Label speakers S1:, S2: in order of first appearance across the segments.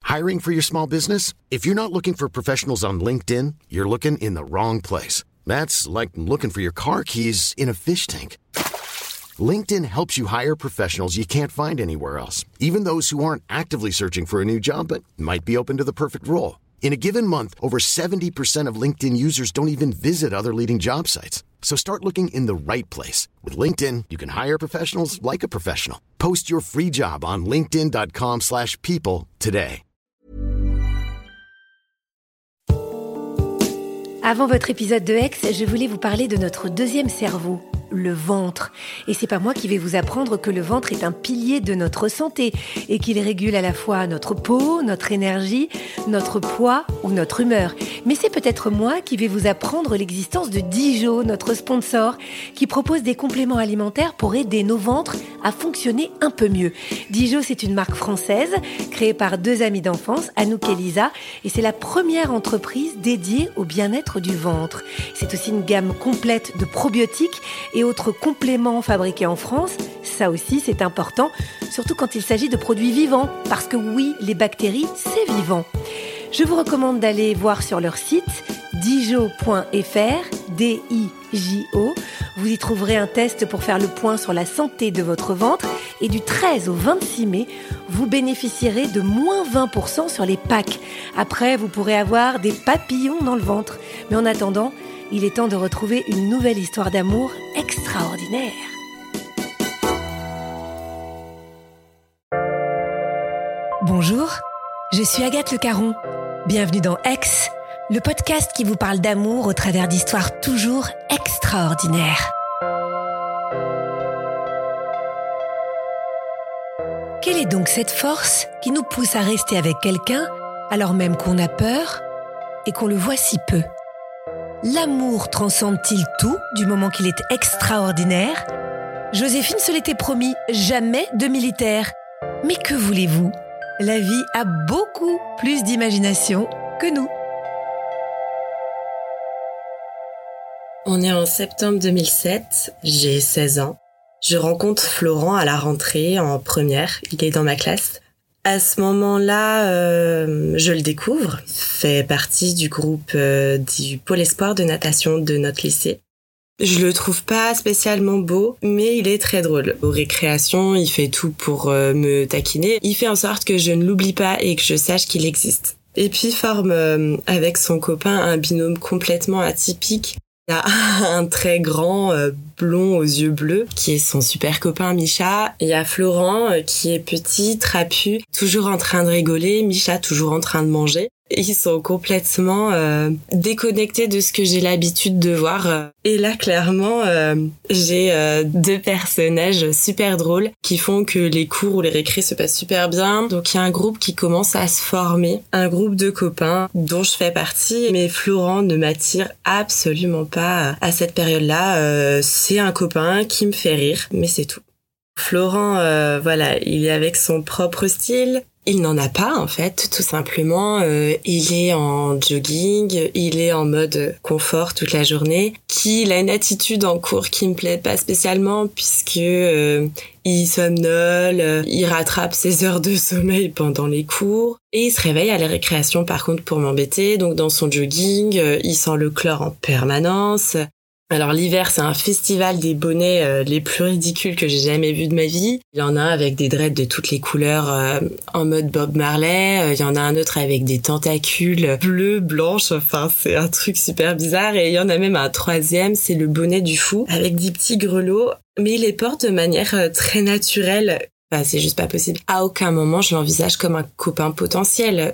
S1: Hiring for your small business? If you're not looking for professionals on LinkedIn, you're looking in the wrong place. That's like looking for your car keys in a fish tank. LinkedIn helps you hire professionals you can't find anywhere else, even those who aren't actively searching for a new job but might be open to the perfect role. In a given month, over 70% of LinkedIn users don't even visit other leading job sites. So start looking in the right place. With LinkedIn, you can hire professionals like a professional. Post your free job on linkedin.com/people today.
S2: Avant votre épisode de Ex, je voulais vous parler de notre deuxième cerveau, le ventre. Et c'est pas moi qui vais vous apprendre que le ventre est un pilier de notre santé et qu'il régule à la fois notre peau, notre énergie, notre poids ou notre humeur. Mais c'est peut-être moi qui vais vous apprendre l'existence de Dijo, notre sponsor, qui propose des compléments alimentaires pour aider nos ventres à fonctionner un peu mieux. Dijo, c'est une marque française créée par deux amies d'enfance, Anouk et Lisa, et c'est la première entreprise dédiée au bien-être du ventre. C'est aussi une gamme complète de probiotiques et autres compléments fabriqués en France. Ça aussi, c'est important, surtout quand il s'agit de produits vivants, parce que oui, les bactéries, c'est vivant. Je vous recommande d'aller voir sur leur site dijo.fr, D-I-J-O. Vous y trouverez un test pour faire le point sur la santé de votre ventre. Et du 13 au 26 mai, vous bénéficierez de moins 20% sur les packs. Après, vous pourrez avoir des papillons dans le ventre. Mais en attendant, il est temps de retrouver une nouvelle histoire d'amour extraordinaire. Bonjour, je suis Agathe Le Caron. Bienvenue dans Ex, le podcast qui vous parle d'amour au travers d'histoires toujours extraordinaires. Quelle est donc cette force qui nous pousse à rester avec quelqu'un alors même qu'on a peur et qu'on le voit si peu ? L'amour transcende-t-il tout du moment qu'il est extraordinaire ? Joséphine se l'était promis, jamais de militaire. Mais que voulez-vous ? La vie a beaucoup plus d'imagination que nous.
S3: On est en septembre 2007, j'ai 16 ans. Je rencontre Florent à la rentrée en première, il est dans ma classe. À ce moment-là, je le découvre. Il fait partie du groupe du pôle espoir de natation de notre lycée. Je le trouve pas spécialement beau, mais il est très drôle. Aux récréations, il fait tout pour me taquiner. Il fait en sorte que je ne l'oublie pas et que je sache qu'il existe. Et puis forme avec son copain un binôme complètement atypique. Il a un très grand blond aux yeux bleus qui est son super copain Micha. Il y a Florent qui est petit, trapu, toujours en train de rigoler. Micha toujours en train de manger. Ils sont complètement déconnectés de ce que j'ai l'habitude de voir. Et là, clairement, j'ai deux personnages super drôles qui font que les cours ou les récrés se passent super bien. Donc, il y a un groupe qui commence à se former, un groupe de copains dont je fais partie. Mais Florent ne m'attire absolument pas à cette période-là. C'est un copain qui me fait rire, mais c'est tout. Florent, voilà, il est avec son propre style. Il n'en a pas, en fait, tout simplement. Il est en jogging, il est en mode confort toute la journée. Il a une attitude en cours qui me plaît pas spécialement puisque il somnole, il rattrape ses heures de sommeil pendant les cours. Et il se réveille à la récréation, par contre, pour m'embêter. Donc, dans son jogging, il sent le chlore en permanence. Alors l'hiver, c'est un festival des bonnets les plus ridicules que j'ai jamais vus de ma vie. Il y en a un avec des dreads de toutes les couleurs en mode Bob Marley. Il y en a un autre avec des tentacules bleues, blanches. Enfin, c'est un truc super bizarre. Et il y en a même un troisième, c'est le bonnet du fou avec des petits grelots. Mais il les porte de manière très naturelle. Enfin, c'est juste pas possible. À aucun moment, je l'envisage comme un copain potentiel.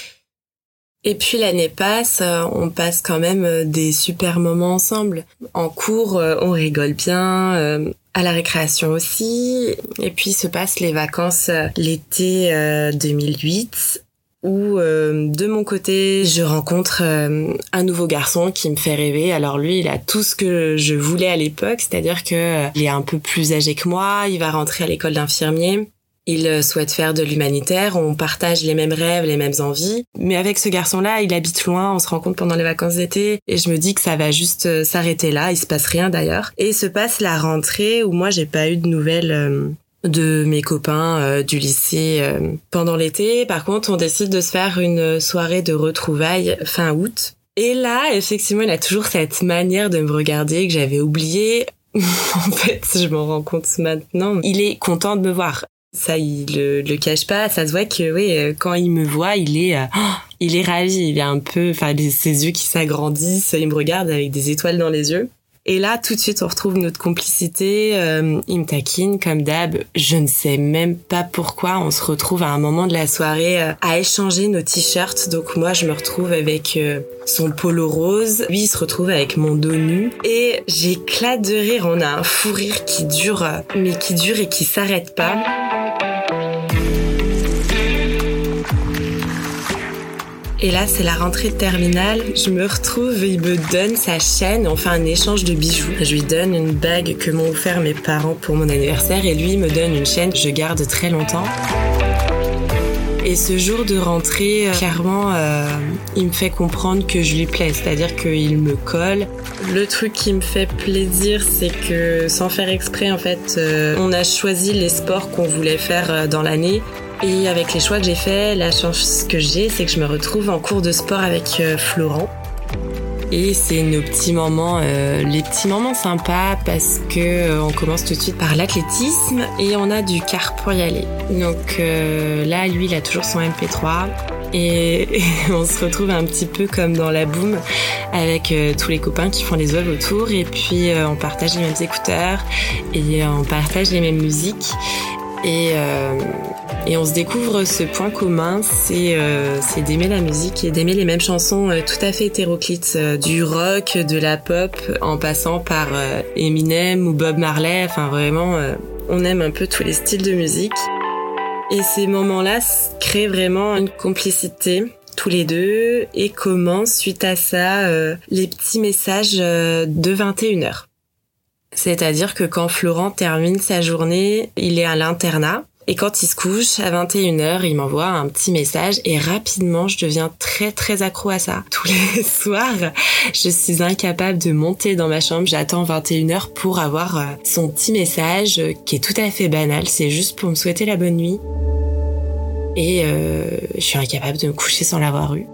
S3: Et puis l'année passe, on passe quand même des super moments ensemble. En cours, on rigole bien, à la récréation aussi. Et puis se passent les vacances l'été 2008, où de mon côté, je rencontre un nouveau garçon qui me fait rêver. Alors lui, il a tout ce que je voulais à l'époque, c'est-à-dire que il est un peu plus âgé que moi, il va rentrer à l'école d'infirmier. Il souhaite faire de l'humanitaire, on partage les mêmes rêves, les mêmes envies. Mais avec ce garçon-là, il habite loin, on se rencontre pendant les vacances d'été. Et je me dis que ça va juste s'arrêter là, il se passe rien d'ailleurs. Et se passe la rentrée où moi j'ai pas eu de nouvelles de mes copains du lycée pendant l'été. Par contre, on décide de se faire une soirée de retrouvailles fin août. Et là, effectivement, il a toujours cette manière de me regarder que j'avais oubliée. En fait, je m'en rends compte maintenant. Il est content de me voir. Ça, il le cache pas. Ça se voit que, oui, quand il me voit, il est ravi. Il est un peu, ses yeux qui s'agrandissent. Il me regarde avec des étoiles dans les yeux. Et là, tout de suite, on retrouve notre complicité. Il me taquine, comme d'hab. Je ne sais même pas pourquoi. On se retrouve à un moment de la soirée à échanger nos t-shirts. Donc moi, je me retrouve avec son polo rose. Lui, il se retrouve avec mon dos nu. Et j'éclate de rire. On a un fou rire qui dure, mais qui dure et qui s'arrête pas. Et là, c'est la rentrée de terminale. Je me retrouve, il me donne sa chaîne. On fait un échange de bijoux. Je lui donne une bague que m'ont offert mes parents pour mon anniversaire et lui il me donne une chaîne que je garde très longtemps. Et ce jour de rentrée, clairement, il me fait comprendre que je lui plais. C'est-à-dire qu'il me colle. Le truc qui me fait plaisir, c'est que sans faire exprès, en fait, on a choisi les sports qu'on voulait faire dans l'année. Et avec les choix que j'ai faits, la chance que j'ai, c'est que je me retrouve en cours de sport avec Florent. Et c'est nos petits moments, les petits moments sympas parce que on commence tout de suite par l'athlétisme et on a du car pour y aller. Donc là, lui, il a toujours son MP3 et on se retrouve un petit peu comme dans la boum avec tous les copains qui font les oeuvres autour et puis on partage les mêmes écouteurs et on partage les mêmes musiques. Et on se découvre ce point commun, c'est d'aimer la musique et d'aimer les mêmes chansons tout à fait hétéroclites, du rock, de la pop, en passant par Eminem ou Bob Marley. Enfin vraiment, on aime un peu tous les styles de musique. Et ces moments-là créent vraiment une complicité tous les deux et commencent suite à ça les petits messages de 21h. C'est-à-dire que quand Florent termine sa journée, il est à l'internat. Et quand il se couche, à 21h, il m'envoie un petit message et rapidement, je deviens très très accro à ça. Tous les soirs, je suis incapable de monter dans ma chambre. J'attends 21h pour avoir son petit message qui est tout à fait banal. C'est juste pour me souhaiter la bonne nuit. Et je suis incapable de me coucher sans l'avoir eu.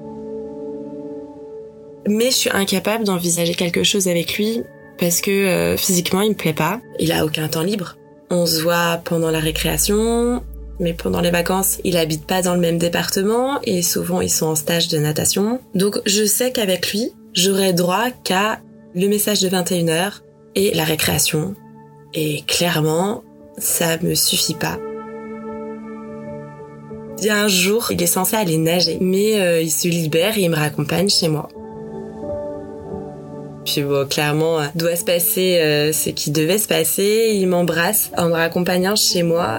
S3: Mais je suis incapable d'envisager quelque chose avec lui parce que physiquement, il me plaît pas. Il a aucun temps libre. On se voit pendant la récréation, mais pendant les vacances, il habite pas dans le même département et souvent ils sont en stage de natation. Donc je sais qu'avec lui, j'aurai droit qu'à le message de 21h et la récréation. Et clairement, ça me suffit pas. Il y a un jour, il est censé aller nager, mais il se libère et il me raccompagne chez moi. Puis bon, clairement, doit se passer ce qui devait se passer. Il m'embrasse en me raccompagnant chez moi.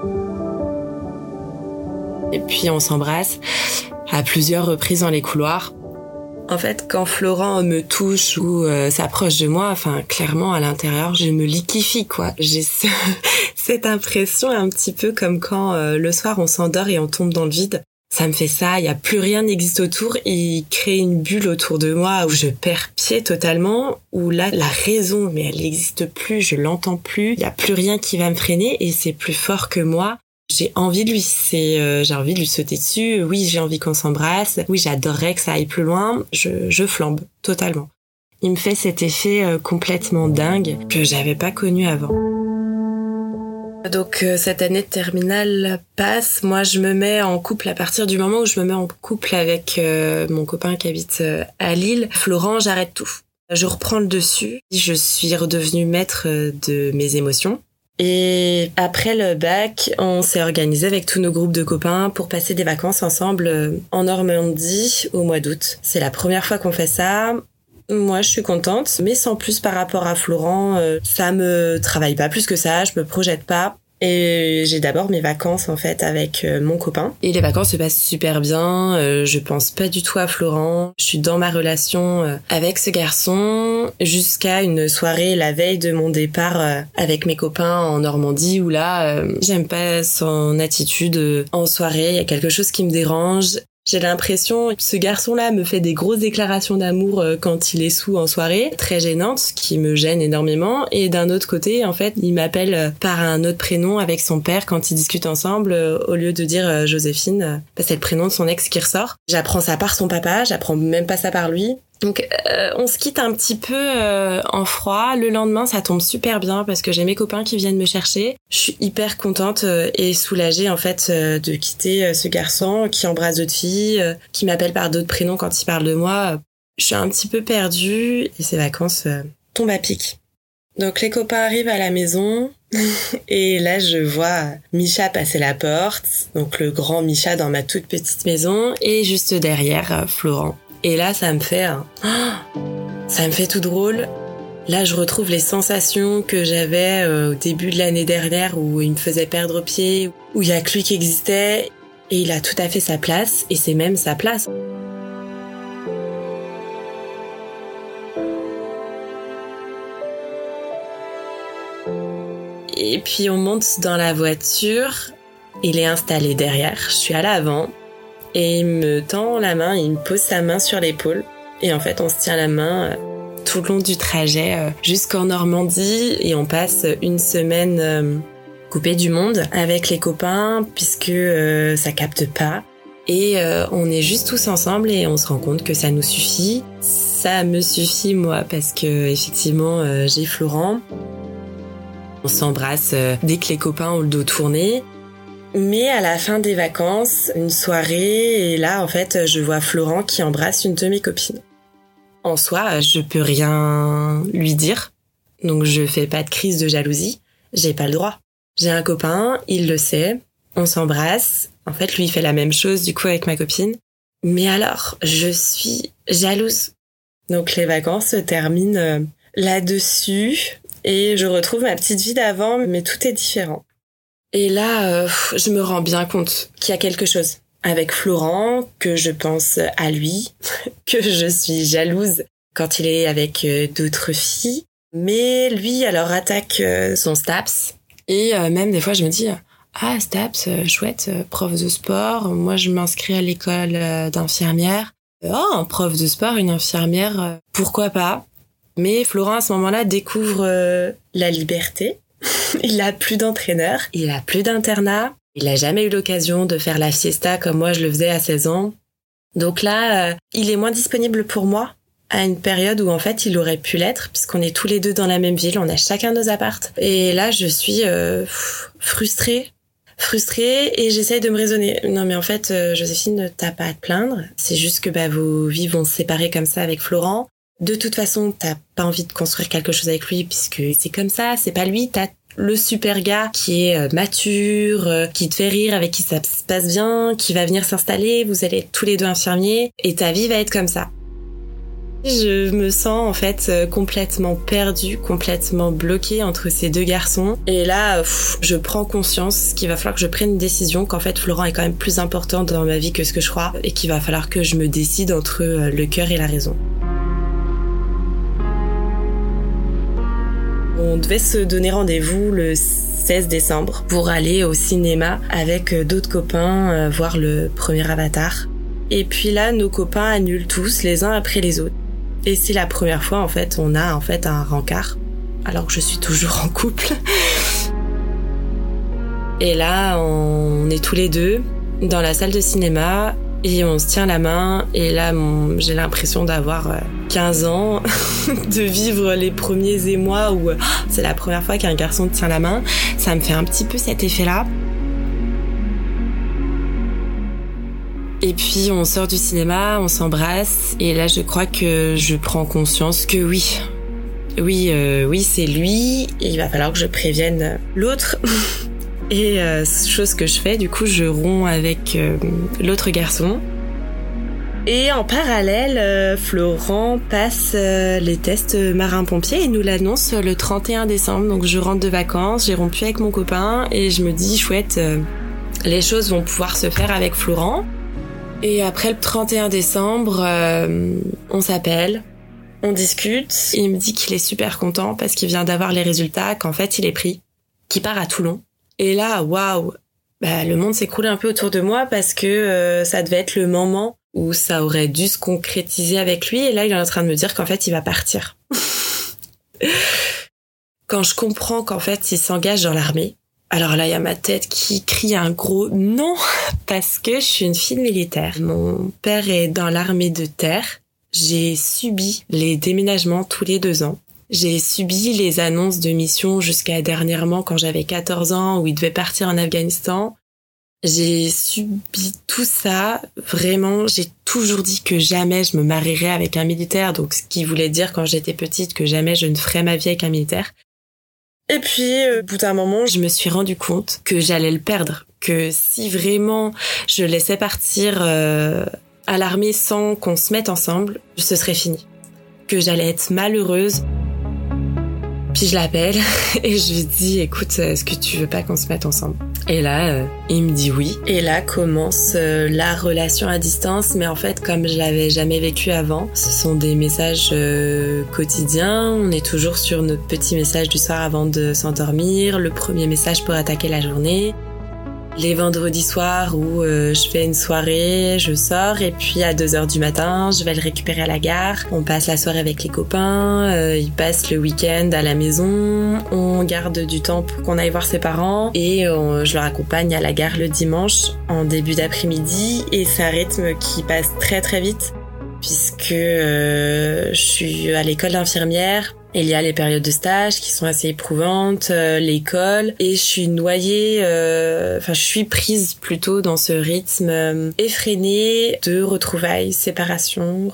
S3: Et puis on s'embrasse à plusieurs reprises dans les couloirs. En fait, quand Florent me touche ou s'approche de moi, enfin clairement à l'intérieur, je me liquéfie quoi. J'ai cette impression un petit peu comme quand le soir on s'endort et on tombe dans le vide. Ça me fait ça, il y a plus rien n'existe autour et il crée une bulle autour de moi où je perds pied totalement, où là, la raison, mais elle n'existe plus, je l'entends plus, il y a plus rien qui va me freiner et c'est plus fort que moi. J'ai envie de lui, j'ai envie de lui sauter dessus, oui, j'ai envie qu'on s'embrasse, oui, j'adorerais que ça aille plus loin, je flambe totalement. Il me fait cet effet complètement dingue que j'avais pas connu avant. Donc cette année de terminale passe, moi je me mets en couple à partir du moment où je me mets en couple avec mon copain qui habite à Lille. Florent, j'arrête tout. Je reprends le dessus, je suis redevenue maître de mes émotions. Et après le bac, on s'est organisé avec tous nos groupes de copains pour passer des vacances ensemble en Normandie au mois d'août. C'est la première fois qu'on fait ça. Moi, je suis contente, mais sans plus par rapport à Florent, ça me travaille pas plus que ça, je me projette pas. Et j'ai d'abord mes vacances en fait avec mon copain. Et les vacances se passent super bien, je pense pas du tout à Florent. Je suis dans ma relation avec ce garçon jusqu'à une soirée la veille de mon départ avec mes copains en Normandie où là, j'aime pas son attitude en soirée, il y a quelque chose qui me dérange. J'ai l'impression que ce garçon-là me fait des grosses déclarations d'amour quand il est sous en soirée, très gênantes, ce qui me gêne énormément. Et d'un autre côté, en fait, il m'appelle par un autre prénom avec son père quand ils discutent ensemble, au lieu de dire Joséphine, c'est le prénom de son ex qui ressort. J'apprends ça par son papa, j'apprends même pas ça par lui. Donc on se quitte un petit peu en froid. Le lendemain, ça tombe super bien parce que j'ai mes copains qui viennent me chercher. Je suis hyper contente et soulagée en fait de quitter ce garçon qui embrasse d'autres filles, qui m'appelle par d'autres prénoms quand il parle de moi. Je suis un petit peu perdue et ces vacances tombent à pic. Donc les copains arrivent à la maison et là je vois Micha passer la porte, donc le grand Micha dans ma toute petite maison et juste derrière Florent. Et là, ça me fait tout drôle. Là, je retrouve les sensations que j'avais au début de l'année dernière où il me faisait perdre pied, où il y a que lui qui existait. Et il a tout à fait sa place, et c'est même sa place. Et puis, on monte dans la voiture. Il est installé derrière, je suis à l'avant. Et il me tend la main, il me pose sa main sur l'épaule. Et en fait, on se tient la main tout le long du trajet jusqu'en Normandie. Et on passe une semaine coupée du monde avec les copains puisque ça capte pas. Et on est juste tous ensemble et on se rend compte que ça nous suffit. Ça me suffit moi parce que effectivement j'ai Florent. On s'embrasse dès que les copains ont le dos tourné. Mais à la fin des vacances, une soirée, et là, en fait, je vois Florent qui embrasse une de mes copines. En soi, je peux rien lui dire, donc je fais pas de crise de jalousie, j'ai pas le droit. J'ai un copain, il le sait, on s'embrasse. En fait, lui, il fait la même chose, du coup, avec ma copine. Mais alors, je suis jalouse. Donc les vacances se terminent là-dessus, et je retrouve ma petite vie d'avant, mais tout est différent. Et là, je me rends bien compte qu'il y a quelque chose avec Florent, que je pense à lui, que je suis jalouse quand il est avec d'autres filles. Mais lui, alors, attaque son STAPS. Et même des fois, je me dis, ah, STAPS, chouette, prof de sport. Moi, je m'inscris à l'école d'infirmière. Oh, un prof de sport, une infirmière, pourquoi pas? Mais Florent, à ce moment-là, découvre la liberté. Il a plus d'entraîneur, il a plus d'internat, il a jamais eu l'occasion de faire la fiesta comme moi je le faisais à 16 ans. Donc là, il est moins disponible pour moi à une période où en fait il aurait pu l'être puisqu'on est tous les deux dans la même ville, on a chacun nos appartes. Et là, je suis frustrée et j'essaye de me raisonner. Non mais en fait, Joséphine, t'as pas à te plaindre, c'est juste que vos vies vont se séparer comme ça avec Florent. De toute façon, t'as pas envie de construire quelque chose avec lui puisque c'est comme ça, c'est pas lui, t'as le super gars qui est mature, qui te fait rire, avec qui ça se passe bien, qui va venir s'installer, vous allez être tous les deux infirmiers et ta vie va être comme ça. Je me sens en fait complètement perdue, complètement bloquée entre ces deux garçons. Et là, je prends conscience qu'il va falloir que je prenne une décision, qu'en fait Florent est quand même plus important dans ma vie que ce que je crois et qu'il va falloir que je me décide entre le cœur et la raison. On devait se donner rendez-vous le 16 décembre pour aller au cinéma avec d'autres copains voir le premier Avatar. Et puis là, nos copains annulent tous les uns après les autres. Et c'est la première fois, en fait, on a en fait un rencard, alors que je suis toujours en couple. Et là, on est tous les deux dans la salle de cinéma et on se tient la main. Et là, j'ai l'impression d'avoir 15 ans, de vivre les premiers émois où c'est la première fois qu'un garçon te tient la main. Ça me fait un petit peu cet effet-là. Et puis on sort du cinéma, on s'embrasse, et là je crois que je prends conscience que oui, c'est lui, et il va falloir que je prévienne l'autre. Et chose que je fais, du coup je romps avec l'autre garçon. Et en parallèle, Florent passe les tests marins-pompiers et nous l'annonce le 31 décembre. Donc je rentre de vacances, j'ai rompu avec mon copain, et je me dis chouette, les choses vont pouvoir se faire avec Florent. Et après le 31 décembre, on s'appelle, on discute. Il me dit qu'il est super content parce qu'il vient d'avoir les résultats, qu'en fait il est pris, qu'il part à Toulon. Et là, waouh, le monde s'écroulait un peu autour de moi parce que ça devait être le moment où ça aurait dû se concrétiser avec lui. Et là, il est en train de me dire qu'en fait, il va partir. Quand je comprends qu'en fait, il s'engage dans l'armée, alors là, il y a ma tête qui crie un gros non parce que je suis une fille militaire. Mon père est dans l'armée de terre. J'ai subi les déménagements tous les 2 ans. J'ai subi les annonces de mission jusqu'à dernièrement quand j'avais 14 ans où il devait partir en Afghanistan. J'ai subi tout ça. Vraiment, j'ai toujours dit que jamais je me marierais avec un militaire. Donc, ce qui voulait dire quand j'étais petite que jamais je ne ferais ma vie avec un militaire. Et puis, au bout d'un moment, je me suis rendu compte que j'allais le perdre. Que si vraiment je laissais partir à l'armée sans qu'on se mette ensemble, ce serait fini. Que j'allais être malheureuse. Puis je l'appelle et je lui dis, écoute, est-ce que tu veux pas qu'on se mette ensemble? Et là, il me dit oui. Et là commence la relation à distance, mais en fait, comme je l'avais jamais vécu avant, ce sont des messages quotidiens. On est toujours sur notre petit message du soir avant de s'endormir, le premier message pour attaquer la journée. Les vendredis soirs où je fais une soirée, je sors et puis à 2h du matin, je vais le récupérer à la gare. On passe la soirée avec les copains, il passe le week-end à la maison, on garde du temps pour qu'on aille voir ses parents et je leur accompagne à la gare le dimanche en début d'après-midi et c'est un rythme qui passe très très vite puisque je suis à l'école d'infirmière. Il y a les périodes de stage qui sont assez éprouvantes, l'école, et je suis noyée, je suis prise plutôt dans ce rythme effréné de retrouvailles, séparation,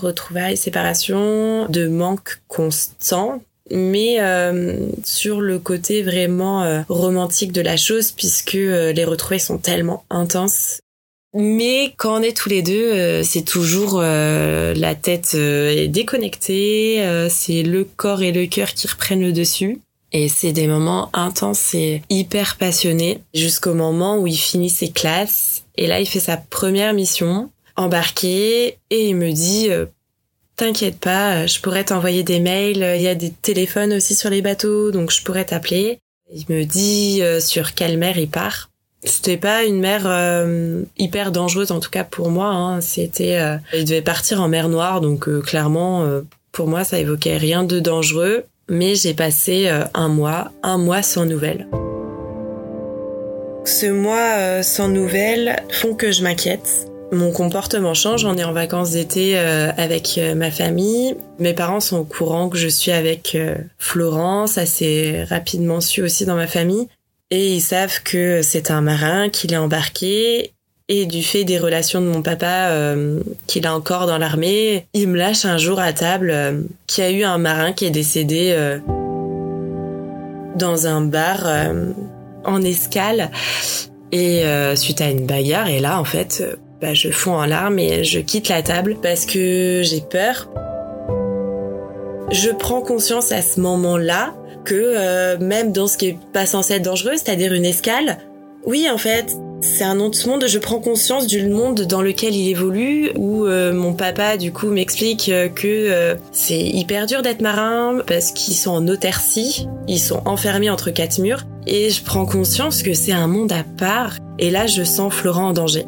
S3: de manque constant. Mais sur le côté vraiment romantique de la chose, puisque les retrouvailles sont tellement intenses. Mais quand on est tous les deux, c'est toujours la tête est déconnectée, c'est le corps et le cœur qui reprennent le dessus. Et c'est des moments intenses et hyper passionnés jusqu'au moment où il finit ses classes. Et là, il fait sa première mission, embarqué, et il me dit t'inquiète pas, je pourrais t'envoyer des mails, il y a des téléphones aussi sur les bateaux, donc je pourrais t'appeler. Il me dit sur quelle mer il part. C'était pas une mer hyper dangereuse, en tout cas pour moi. Hein. C'était, il devait partir en mer Noire, donc clairement, pour moi, ça évoquait rien de dangereux. Mais j'ai passé un mois sans nouvelles. Ce mois sans nouvelles font que je m'inquiète. Mon comportement change, on est en vacances d'été avec ma famille. Mes parents sont au courant que je suis avec Florent, ça s'est rapidement su aussi dans ma famille. Et ils savent que c'est un marin, qu'il est embarqué. Et du fait des relations de mon papa qu'il a encore dans l'armée, il me lâche un jour à table qu'il y a eu un marin qui est décédé dans un bar en escale. Et suite à une bagarre, et là en fait, je fonds en larmes et je quitte la table parce que j'ai peur. Je prends conscience à ce moment-là que même dans ce qui est pas censé être dangereux, c'est-à-dire une escale, oui en fait, c'est un autre monde. Je prends conscience du monde dans lequel il évolue, où mon papa du coup m'explique que c'est hyper dur d'être marin parce qu'ils sont en autarcie, ils sont enfermés entre 4 murs, et je prends conscience que c'est un monde à part. Et là, je sens Florent en danger.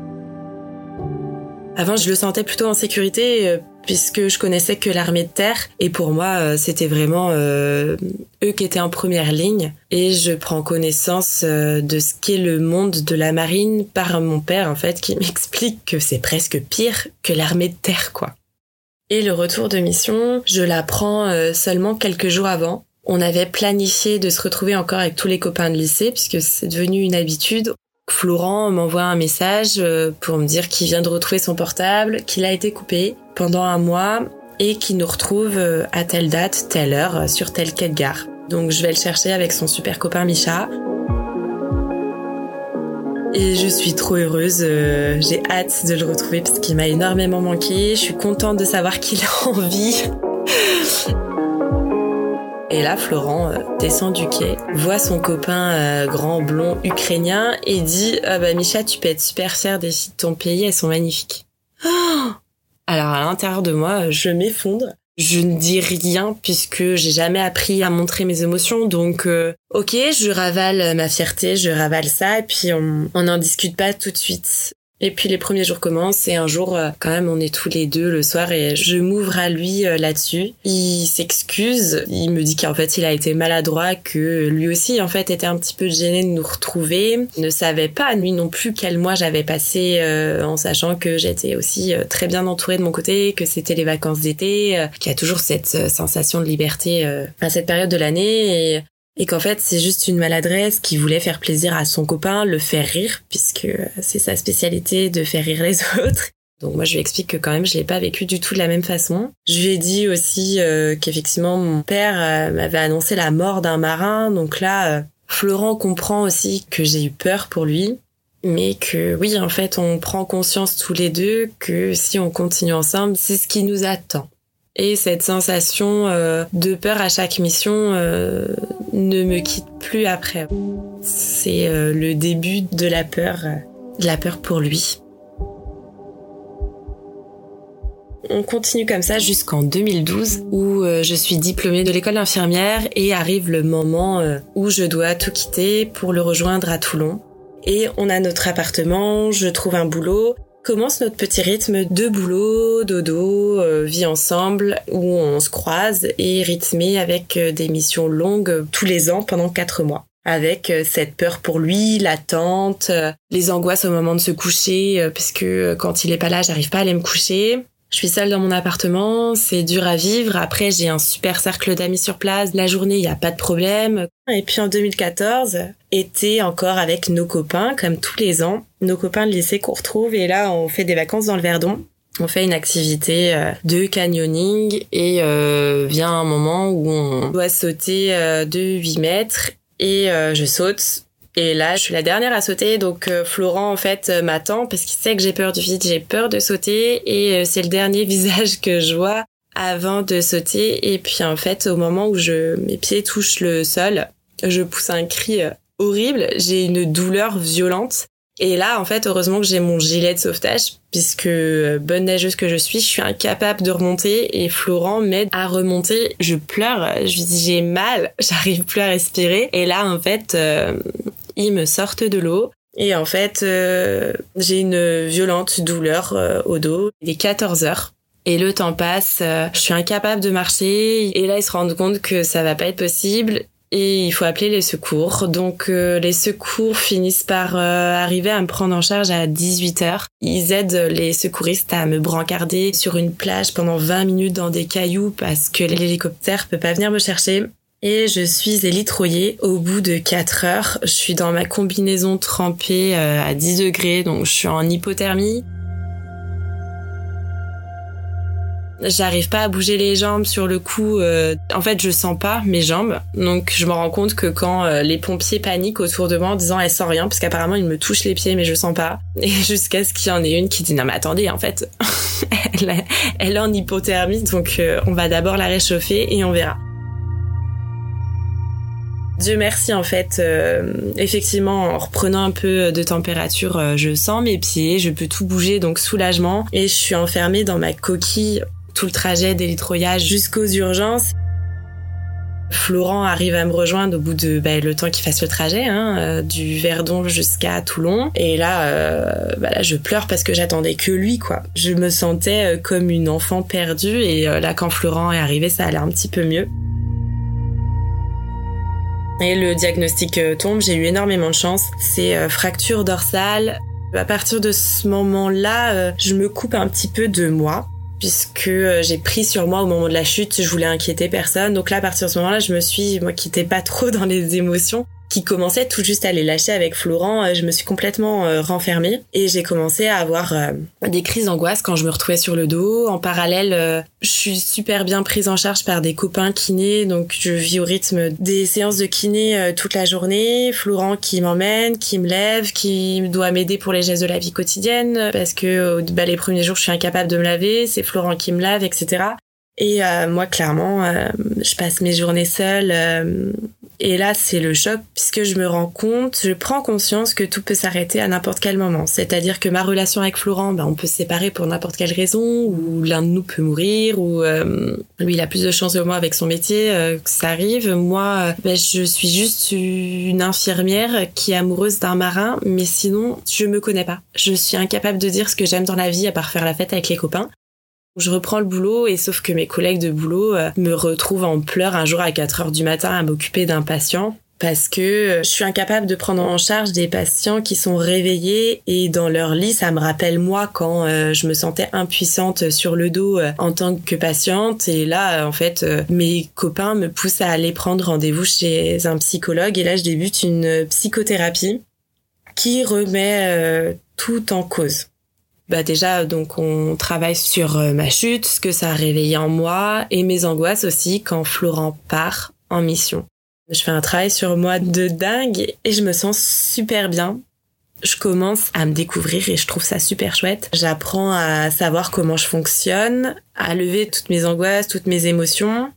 S3: Avant, je le sentais plutôt en sécurité puisque je connaissais que l'armée de terre. Et pour moi, c'était vraiment eux qui étaient en première ligne. Et je prends connaissance de ce qu'est le monde de la marine par mon père, en fait, qui m'explique que c'est presque pire que l'armée de terre, quoi. Et le retour de mission, je l'apprends seulement quelques jours avant. On avait planifié de se retrouver encore avec tous les copains de lycée puisque c'est devenu une habitude. Florent m'envoie un message pour me dire qu'il vient de retrouver son portable, qu'il a été coupé pendant un mois et qu'il nous retrouve à telle date, telle heure, sur tel quai de gare. Donc je vais le chercher avec son super copain Micha. Et je suis trop heureuse, j'ai hâte de le retrouver parce qu'il m'a énormément manqué. Je suis contente de savoir qu'il est en vie. Et là, Florent descend du quai, voit son copain grand blond ukrainien et dit Micha, tu peux être super fière des filles de ton pays, elles sont magnifiques. Oh, alors à l'intérieur de moi, je m'effondre. Je ne dis rien puisque j'ai jamais appris à montrer mes émotions. Donc, ok, je ravale ma fierté, je ravale ça et puis on n'en discute pas tout de suite. Et puis les premiers jours commencent et un jour, quand même, on est tous les deux le soir et je m'ouvre à lui là-dessus. Il s'excuse, il me dit qu'en fait il a été maladroit, que lui aussi en fait était un petit peu gêné de nous retrouver. Il ne savait pas lui non plus quel mois j'avais passé en sachant que j'étais aussi très bien entourée de mon côté, que c'était les vacances d'été, qu'il y a toujours cette sensation de liberté à cette période de l'année et qu'en fait, c'est juste une maladresse qui voulait faire plaisir à son copain, le faire rire, puisque c'est sa spécialité de faire rire les autres. Donc moi, je lui explique que quand même, je l'ai pas vécu du tout de la même façon. Je lui ai dit aussi qu'effectivement, mon père m'avait annoncé la mort d'un marin. Donc là, Florent comprend aussi que j'ai eu peur pour lui, mais que oui, en fait, on prend conscience tous les deux que si on continue ensemble, c'est ce qui nous attend. Et cette sensation de peur à chaque mission ne me quitte plus après. C'est le début de la peur pour lui. On continue comme ça jusqu'en 2012 où je suis diplômée de l'école d'infirmière et arrive le moment où je dois tout quitter pour le rejoindre à Toulon. Et on a notre appartement, je trouve un boulot. Commence notre petit rythme de boulot, dodo, vie ensemble, où on se croise et rythmé avec des missions longues tous les ans pendant 4 mois. Avec cette peur pour lui, l'attente, les angoisses au moment de se coucher, parce que quand il est pas là, j'arrive pas à aller me coucher. Je suis seule dans mon appartement, c'est dur à vivre. Après, j'ai un super cercle d'amis sur place. La journée, il y a pas de problème. Et puis en 2014, été encore avec nos copains, comme tous les ans. Nos copains de lycée qu'on retrouve. Et là, on fait des vacances dans le Verdon. On fait une activité de canyoning. Et vient un moment où on doit sauter de 8 mètres. Et je saute. Et là, je suis la dernière à sauter, donc Florent, en fait, m'attend parce qu'il sait que j'ai peur du vide, j'ai peur de sauter, et c'est le dernier visage que je vois avant de sauter. Et puis, en fait, au moment où mes pieds touchent le sol, je pousse un cri horrible, j'ai une douleur violente. Et là, en fait, heureusement que j'ai mon gilet de sauvetage, puisque bonne nageuse que je suis incapable de remonter, et Florent m'aide à remonter. Je pleure, je lui dis j'ai mal, j'arrive plus à respirer. Et là, en fait... ils me sortent de l'eau et en fait, j'ai une violente douleur au dos. Il est 14 heures et le temps passe. Je suis incapable de marcher et là, ils se rendent compte que ça va pas être possible et il faut appeler les secours. Donc, les secours finissent par arriver à me prendre en charge à 18 heures. Ils aident les secouristes à me brancarder sur une plage pendant 20 minutes dans des cailloux parce que l'hélicoptère peut pas venir me chercher. Et je suis élitroyée au bout de 4 heures. Je suis dans ma combinaison trempée à 10 degrés, donc je suis en hypothermie. J'arrive pas à bouger les jambes sur le coup. En fait, je sens pas mes jambes. Donc, je me rends compte que quand les pompiers paniquent autour de moi en disant « elle sent rien », parce qu'apparemment, ils me touchent les pieds, mais je sens pas. Et jusqu'à ce qu'il y en ait une qui dit « non, mais attendez, en fait, elle est en hypothermie, donc on va d'abord la réchauffer et on verra ». Dieu merci, en fait, effectivement, en reprenant un peu de température, je sens mes pieds, je peux tout bouger, donc soulagement. Et je suis enfermée dans ma coquille tout le trajet d'élitroyage jusqu'aux urgences. Florent arrive à me rejoindre au bout de le temps qu'il fasse le trajet, du Verdon jusqu'à Toulon. Et là, là, je pleure parce que j'attendais que lui, quoi. Je me sentais comme une enfant perdue. Et là, quand Florent est arrivé, ça allait un petit peu mieux. Et le diagnostic tombe, j'ai eu énormément de chance. C'est fracture dorsale. À partir de ce moment-là, je me coupe un petit peu de moi, puisque j'ai pris sur moi au moment de la chute, je voulais inquiéter personne. Donc là, à partir de ce moment-là, je me suis, moi qui n'étais pas trop dans les émotions, qui commençait tout juste à les lâcher avec Florent, je me suis complètement renfermée et j'ai commencé à avoir des crises d'angoisse quand je me retrouvais sur le dos. En parallèle, je suis super bien prise en charge par des copains kinés, donc je vis au rythme des séances de kiné toute la journée. Florent qui m'emmène, qui me lève, qui doit m'aider pour les gestes de la vie quotidienne parce que les premiers jours je suis incapable de me laver, c'est Florent qui me lave, etc. Et moi, clairement, je passe mes journées seule. Et là, c'est le choc puisque je prends conscience que tout peut s'arrêter à n'importe quel moment. C'est-à-dire que ma relation avec Florent, on peut se séparer pour n'importe quelle raison, ou l'un de nous peut mourir, ou lui, il a plus de chance que moi avec son métier, que ça arrive. Moi, je suis juste une infirmière qui est amoureuse d'un marin, mais sinon, je me connais pas. Je suis incapable de dire ce que j'aime dans la vie à part faire la fête avec les copains. Je reprends le boulot et sauf que mes collègues de boulot me retrouvent en pleurs un jour à 4h du matin à m'occuper d'un patient parce que je suis incapable de prendre en charge des patients qui sont réveillés et dans leur lit. Ça me rappelle moi quand je me sentais impuissante sur le dos en tant que patiente et là en fait mes copains me poussent à aller prendre rendez-vous chez un psychologue et là je débute une psychothérapie qui remet tout en cause. Déjà, donc, on travaille sur ma chute, ce que ça a réveillé en moi et mes angoisses aussi quand Florent part en mission. Je fais un travail sur moi de dingue et je me sens super bien. Je commence à me découvrir et je trouve ça super chouette. J'apprends à savoir comment je fonctionne, à lever toutes mes angoisses, toutes mes émotions.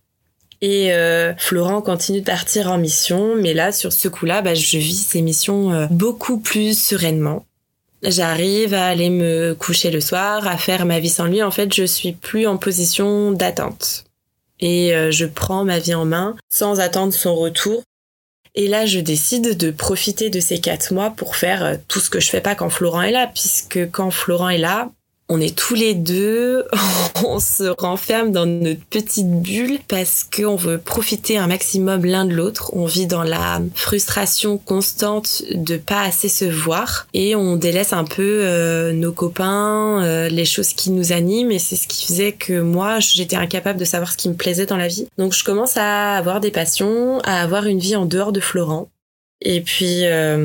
S3: Et Florent continue de partir en mission, mais là, sur ce coup-là, je vis ces missions beaucoup plus sereinement. J'arrive à aller me coucher le soir, à faire ma vie sans lui. En fait, je suis plus en position d'attente. Et je prends ma vie en main sans attendre son retour. Et là, je décide de profiter de ces 4 mois pour faire tout ce que je fais pas quand Florent est là. Puisque quand Florent est là, on est tous les deux, on se renferme dans notre petite bulle parce qu'on veut profiter un maximum l'un de l'autre. On vit dans la frustration constante de pas assez se voir et on délaisse un peu nos copains, les choses qui nous animent et c'est ce qui faisait que moi, j'étais incapable de savoir ce qui me plaisait dans la vie. Donc je commence à avoir des passions, à avoir une vie en dehors de Florent. Et puis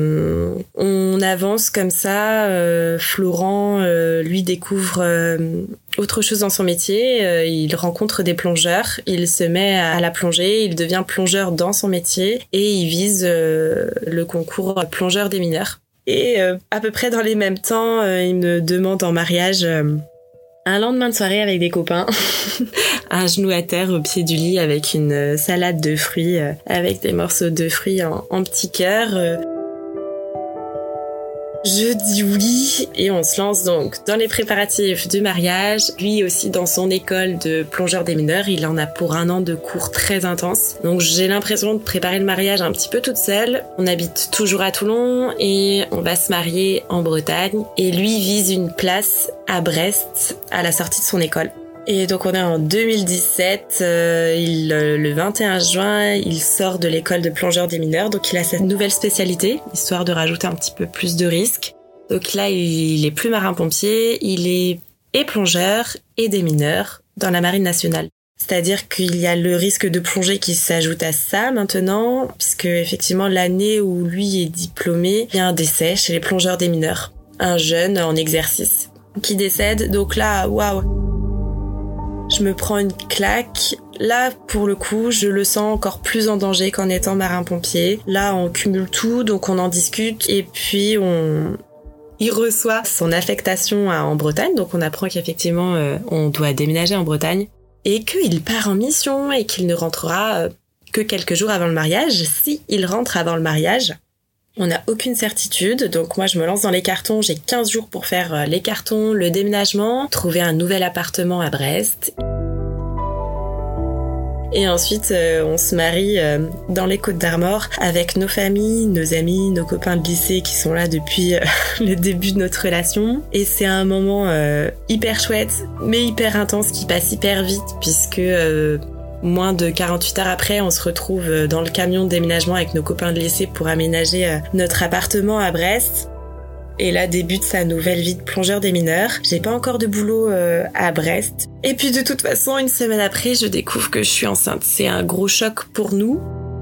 S3: on avance comme ça. Florent, lui, découvre autre chose dans son métier. Il rencontre des plongeurs. Il se met à la plongée. Il devient plongeur dans son métier et il vise le concours plongeur des mineurs. Et à peu près dans les mêmes temps, il me demande en mariage. Un lendemain de soirée avec des copains, un genou à terre au pied du lit avec une salade de fruits, avec des morceaux de fruits en petits cœurs. Je dis oui et on se lance donc dans les préparatifs du mariage. Lui aussi dans son école de plongeur des mineurs, il en a pour 1 an de cours très intenses. Donc j'ai l'impression de préparer le mariage un petit peu toute seule. On habite toujours à Toulon et on va se marier en Bretagne. Et lui vise une place à Brest à la sortie de son école. Et donc on est en 2017, le 21 juin, il sort de l'école de plongeur des mineurs, donc il a cette nouvelle spécialité, histoire de rajouter un petit peu plus de risques. Donc là, il est plus marin-pompier, il est et plongeur et des mineurs dans la marine nationale. C'est-à-dire qu'il y a le risque de plongée qui s'ajoute à ça maintenant, puisque effectivement l'année où lui est diplômé, il y a un décès chez les plongeurs des mineurs. Un jeune en exercice qui décède, donc là, waouh. Je me prends une claque. Là, pour le coup, je le sens encore plus en danger qu'en étant marin-pompier. Là, on cumule tout, donc on en discute. Et puis, il reçoit son affectation en Bretagne. Donc, on apprend qu'effectivement, on doit déménager en Bretagne. Et qu'il part en mission et qu'il ne rentrera que quelques jours avant le mariage. Si il rentre avant le mariage, on n'a aucune certitude, donc moi je me lance dans les cartons, j'ai 15 jours pour faire les cartons, le déménagement, trouver un nouvel appartement à Brest. Et ensuite on se marie dans les Côtes-d'Armor avec nos familles, nos amis, nos copains de lycée qui sont là depuis le début de notre relation. Et c'est un moment hyper chouette, mais hyper intense qui passe hyper vite puisque... moins de 48 heures après, on se retrouve dans le camion de déménagement avec nos copains de lycée pour aménager notre appartement à Brest. Et là débute sa nouvelle vie de plongeur des mineurs. J'ai pas encore de boulot à Brest. Et puis de toute façon, 1 semaine après, je découvre que je suis enceinte. C'est un gros choc pour nous.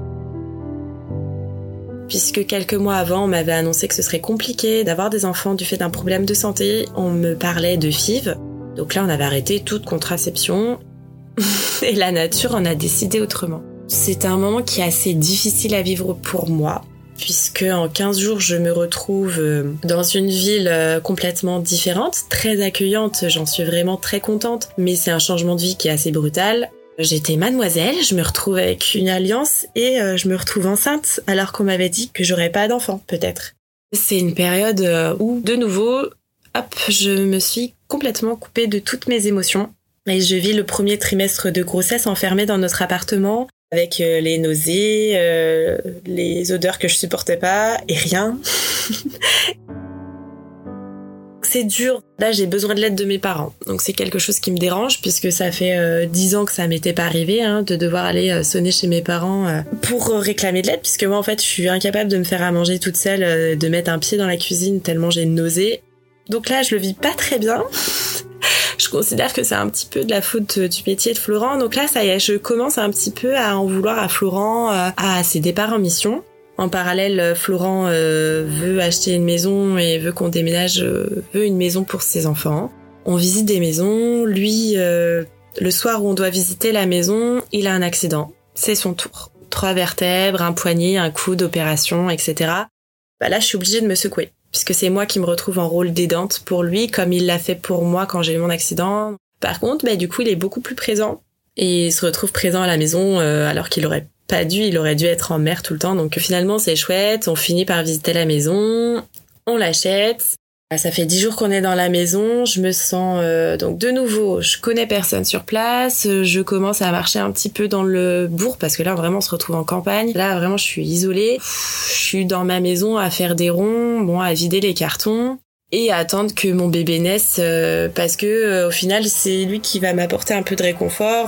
S3: Puisque quelques mois avant, on m'avait annoncé que ce serait compliqué d'avoir des enfants du fait d'un problème de santé. On me parlait de FIV. Donc là, on avait arrêté toute contraception. Et la nature en a décidé autrement. C'est un moment qui est assez difficile à vivre pour moi puisque en 15 jours, je me retrouve dans une ville complètement différente, très accueillante, j'en suis vraiment très contente, mais c'est un changement de vie qui est assez brutal. J'étais mademoiselle, je me retrouve avec une alliance et je me retrouve enceinte, alors qu'on m'avait dit que j'aurais pas d'enfant, peut-être. C'est une période où, de nouveau, je me suis complètement coupée de toutes mes émotions. Et je vis le premier trimestre de grossesse enfermée dans notre appartement, avec les nausées, les odeurs que je supportais pas, et rien. C'est dur. Là, j'ai besoin de l'aide de mes parents. Donc c'est quelque chose qui me dérange, puisque ça fait 10 ans que ça m'était pas arrivé, de devoir aller sonner chez mes parents pour réclamer de l'aide, puisque moi, en fait, je suis incapable de me faire à manger toute seule, de mettre un pied dans la cuisine tellement j'ai une nausée. Donc là, je le vis pas très bien. Je considère que c'est un petit peu de la faute du métier de Florent. Donc là, ça y est, je commence un petit peu à en vouloir à Florent, à ses départs en mission. En parallèle, Florent veut acheter une maison et veut qu'on déménage, veut une maison pour ses enfants. On visite des maisons. Lui, le soir où on doit visiter la maison, il a un accident. C'est son tour. 3 vertèbres, un poignet, un coude, opération, etc. Là, je suis obligée de me secouer, puisque c'est moi qui me retrouve en rôle d'aidante pour lui, comme il l'a fait pour moi quand j'ai eu mon accident. Par contre, du coup, il est beaucoup plus présent. Et il se retrouve présent à la maison, alors qu'il aurait pas dû, il aurait dû être en mer tout le temps. Donc finalement, c'est chouette, on finit par visiter la maison, on l'achète. Ça fait 10 jours qu'on est dans la maison, je me sens... donc de nouveau, je connais personne sur place, je commence à marcher un petit peu dans le bourg, parce que là, vraiment, on se retrouve en campagne. Là, vraiment, je suis isolée. Je suis dans ma maison à faire des ronds, à vider les cartons et à attendre que mon bébé naisse, parce que au final, c'est lui qui va m'apporter un peu de réconfort.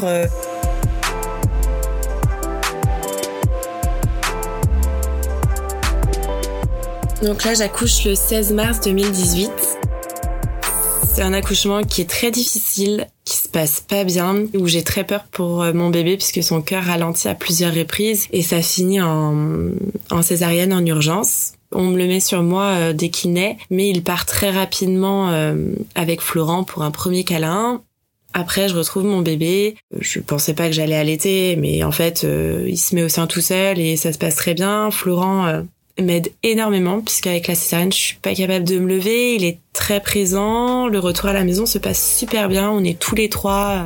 S3: Donc là, j'accouche le 16 mars 2018. C'est un accouchement qui est très difficile, qui se passe pas bien, où j'ai très peur pour mon bébé puisque son cœur ralentit à plusieurs reprises et ça finit en césarienne en urgence. On me le met sur moi dès qu'il naît, mais il part très rapidement avec Florent pour un premier câlin. Après, je retrouve mon bébé. Je pensais pas que j'allais allaiter, mais en fait, il se met au sein tout seul et ça se passe très bien. Florent m'aide énormément puisqu'avec la césarienne, je suis pas capable de me lever. Il est très présent. Le retour à la maison se passe super bien. On est tous les 3.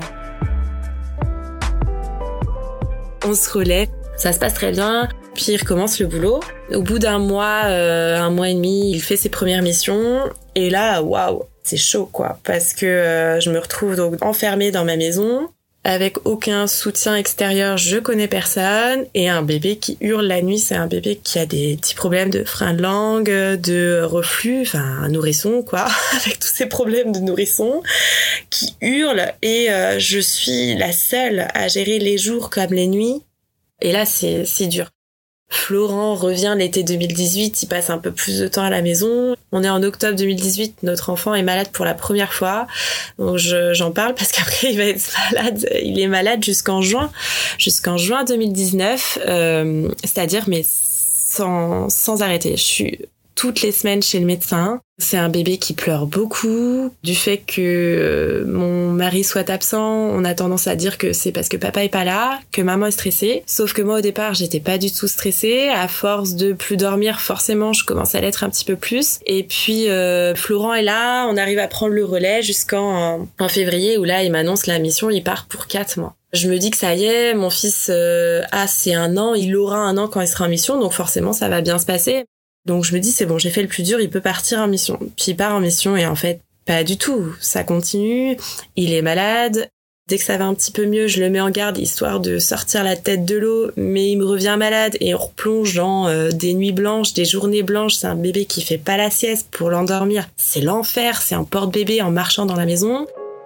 S3: On se relaie. Ça se passe très bien. Puis il recommence le boulot. Au bout d'un mois et demi, il fait ses premières missions. Et là, waouh, c'est chaud quoi. Parce que je me retrouve donc enfermée dans ma maison. Avec aucun soutien extérieur, je connais personne, et un bébé qui hurle la nuit, c'est un bébé qui a des petits problèmes de frein de langue, de reflux, enfin un nourrisson quoi, avec tous ces problèmes de nourrisson, qui hurle, et je suis la seule à gérer les jours comme les nuits, et là c'est dur. Florent revient l'été 2018, il passe un peu plus de temps à la maison. On est en octobre 2018, notre enfant est malade pour la première fois. Donc j'en parle parce qu'après il va être malade. Il est malade jusqu'en juin 2019, c'est-à-dire mais sans arrêter. Je suis toutes les semaines chez le médecin. C'est un bébé qui pleure beaucoup. Du fait que mon mari soit absent, on a tendance à dire que c'est parce que papa est pas là, que maman est stressée. Sauf que moi, au départ, j'étais pas du tout stressée. À force de plus dormir, forcément, je commence à l'être un petit peu plus. Et puis, Florent est là. On arrive à prendre le relais jusqu'en février où là, il m'annonce la mission. Il part pour 4 mois. Je me dis que ça y est, mon fils c'est 1 an. Il aura 1 an quand il sera en mission. Donc forcément, ça va bien se passer. Donc je me dis c'est bon, j'ai fait le plus dur, il peut partir en mission. Puis il part en mission et en fait pas du tout, ça continue, il est malade. Dès que ça va un petit peu mieux, je le mets en garde histoire de sortir la tête de l'eau, mais il me revient malade et on replonge dans des nuits blanches, des journées blanches. C'est un bébé qui fait pas la sieste pour l'endormir. C'est l'enfer, c'est un porte-bébé en marchant dans la maison.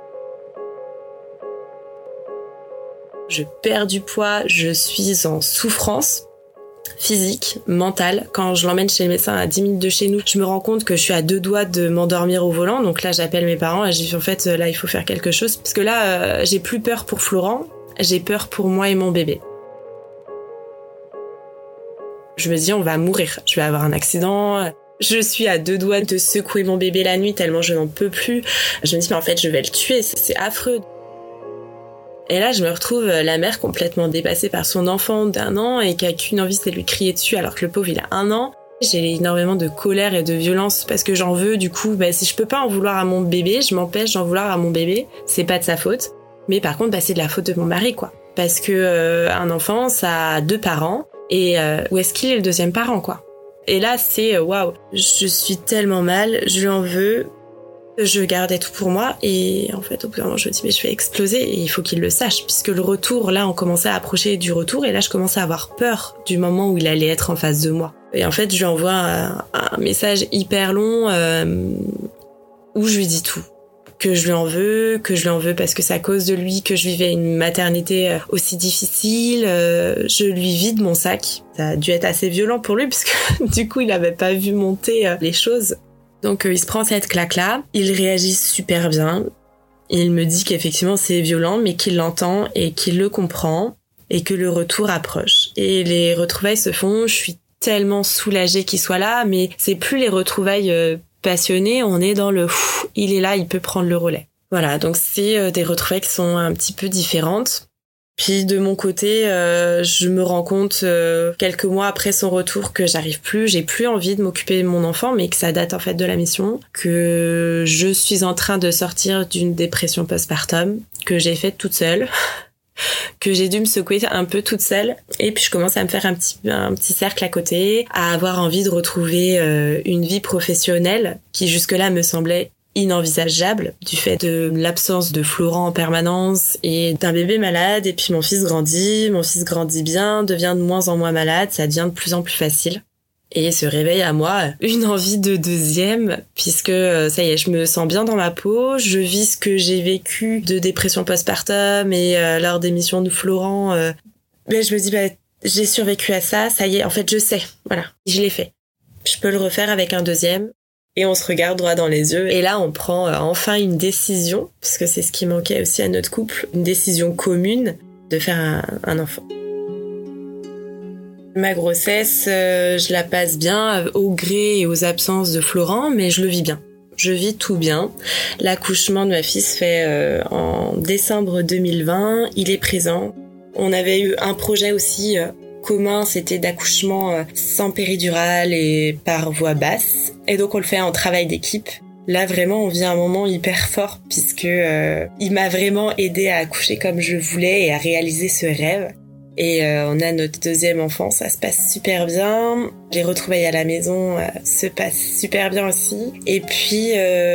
S3: Je perds du poids, je suis en souffrance physique, mentale. Quand je l'emmène chez le médecin à 10 minutes de chez nous, je me rends compte que je suis à 2 doigts de m'endormir au volant. Donc là, j'appelle mes parents et je dis en fait, là, il faut faire quelque chose. Parce que là, j'ai plus peur pour Florent, j'ai peur pour moi et mon bébé. Je me dis, on va mourir. Je vais avoir un accident. Je suis à 2 doigts de secouer mon bébé la nuit tellement je n'en peux plus. Je me dis, mais en fait, je vais le tuer. C'est affreux. Et là, je me retrouve la mère complètement dépassée par son enfant d'1 an et qui a qu'une envie, c'est de lui crier dessus alors que le pauvre, il a 1 an. J'ai énormément de colère et de violence parce que j'en veux. Du coup, si je peux pas en vouloir à mon bébé, je m'empêche d'en vouloir à mon bébé. C'est pas de sa faute. Mais par contre, c'est de la faute de mon mari, quoi. Parce que un enfant, ça a 2 parents. Et où est-ce qu'il est le deuxième parent, quoi. Et là, c'est waouh. Je suis tellement mal, je lui en veux. Je gardais tout pour moi et en fait au bout d'un moment je me dis mais je vais exploser et il faut qu'il le sache puisque le retour, là on commençait à approcher du retour et là je commençais à avoir peur du moment où il allait être en face de moi. Et en fait je lui envoie un message hyper long où je lui dis tout. Que je lui en veux parce que c'est à cause de lui que je vivais une maternité aussi difficile. Je lui vide mon sac. Ça a dû être assez violent pour lui puisque du coup il avait pas vu monter les choses. Donc il se prend cette claque-là, il réagit super bien, il me dit qu'effectivement c'est violent mais qu'il l'entend et qu'il le comprend et que le retour approche. Et les retrouvailles se font, je suis tellement soulagée qu'il soit là, mais c'est plus les retrouvailles passionnées, on est dans le il est là, il peut prendre le relais. Voilà, donc c'est des retrouvailles qui sont un petit peu différentes. Puis de mon côté, je me rends compte quelques mois après son retour que j'ai plus envie de m'occuper de mon enfant, mais que ça date en fait de la mission, que je suis en train de sortir d'une dépression postpartum, que j'ai faite toute seule, que j'ai dû me secouer un peu toute seule, et puis je commence à me faire un petit cercle à côté, à avoir envie de retrouver une vie professionnelle qui jusque-là me semblait inenvisageable du fait de l'absence de Florent en permanence et d'un bébé malade. Et puis mon fils grandit bien, devient de moins en moins malade, ça devient de plus en plus facile. Et se réveille à moi une envie de deuxième, puisque ça y est, je me sens bien dans ma peau, je vis ce que j'ai vécu de dépression postpartum et lors des missions de Florent. Mais je me dis, j'ai survécu à ça, ça y est, en fait je sais, voilà, je l'ai fait. Je peux le refaire avec un deuxième. Et on se regarde droit dans les yeux. Et là, on prend enfin une décision, parce que c'est ce qui manquait aussi à notre couple, une décision commune de faire un enfant. Ma grossesse, je la passe bien au gré et aux absences de Florent, mais je le vis bien. Je vis tout bien. L'accouchement de ma fille se fait en décembre 2020. Il est présent. On avait eu un projet aussi commun, c'était d'accouchement sans péridurale et par voie basse. Et donc on le fait en travail d'équipe. Là vraiment on vit un moment hyper fort puisque il m'a vraiment aidé à accoucher comme je voulais et à réaliser ce rêve. Et on a notre deuxième enfant, ça se passe super bien. Les retrouvailles à la maison se passent super bien aussi. Et puis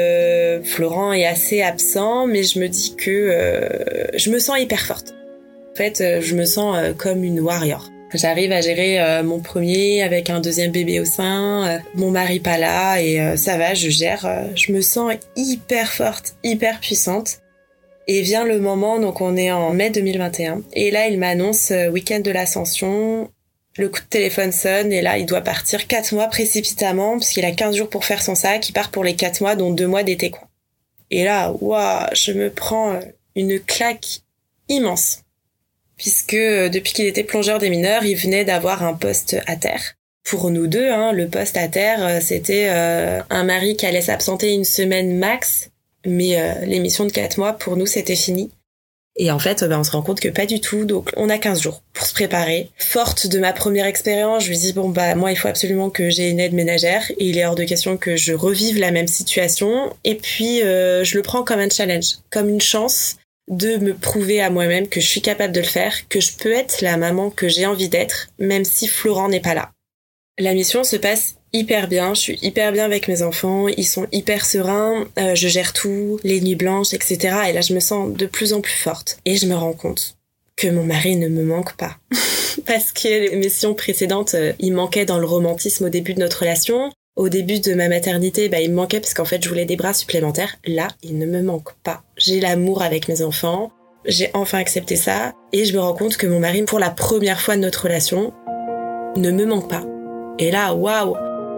S3: Florent est assez absent, mais je me dis que je me sens hyper forte. En fait, je me sens comme une warrior. J'arrive à gérer mon premier avec un deuxième bébé au sein, mon mari pas là et ça va, je gère. Je me sens hyper forte, hyper puissante. Et vient le moment, donc on est en mai 2021, et là il m'annonce week-end de l'Ascension, le coup de téléphone sonne, et là il doit partir 4 mois précipitamment, parce qu'il a 15 jours pour faire son sac, il part pour les 4 mois, dont 2 mois d'été, quoi. Et là, waouh, je me prends une claque immense, puisque depuis qu'il était plongeur des mineurs, il venait d'avoir un poste à terre. Pour nous deux, le poste à terre, c'était un mari qui allait s'absenter 1 semaine max, mais les missions de 4 mois, pour nous, c'était fini. Et en fait, on se rend compte que pas du tout. Donc, on a 15 jours pour se préparer. Forte de ma première expérience, je lui dis, moi, il faut absolument que j'ai une aide ménagère. Et il est hors de question que je revive la même situation. Et puis, je le prends comme un challenge, comme une chance de me prouver à moi-même que je suis capable de le faire, que je peux être la maman que j'ai envie d'être, même si Florent n'est pas là. La mission se passe hyper bien, je suis hyper bien avec mes enfants, ils sont hyper sereins, je gère tout, les nuits blanches, etc. Et là, je me sens de plus en plus forte. Et je me rends compte que mon mari ne me manque pas. Parce que les missions précédentes, il manquait dans le romantisme au début de notre relation. Au début de ma maternité, il me manquait parce qu'en fait, je voulais des bras supplémentaires. Là, il ne me manque pas. J'ai l'amour avec mes enfants, j'ai enfin accepté ça. Et je me rends compte que mon mari, pour la première fois de notre relation, ne me manque pas. Et là, waouh!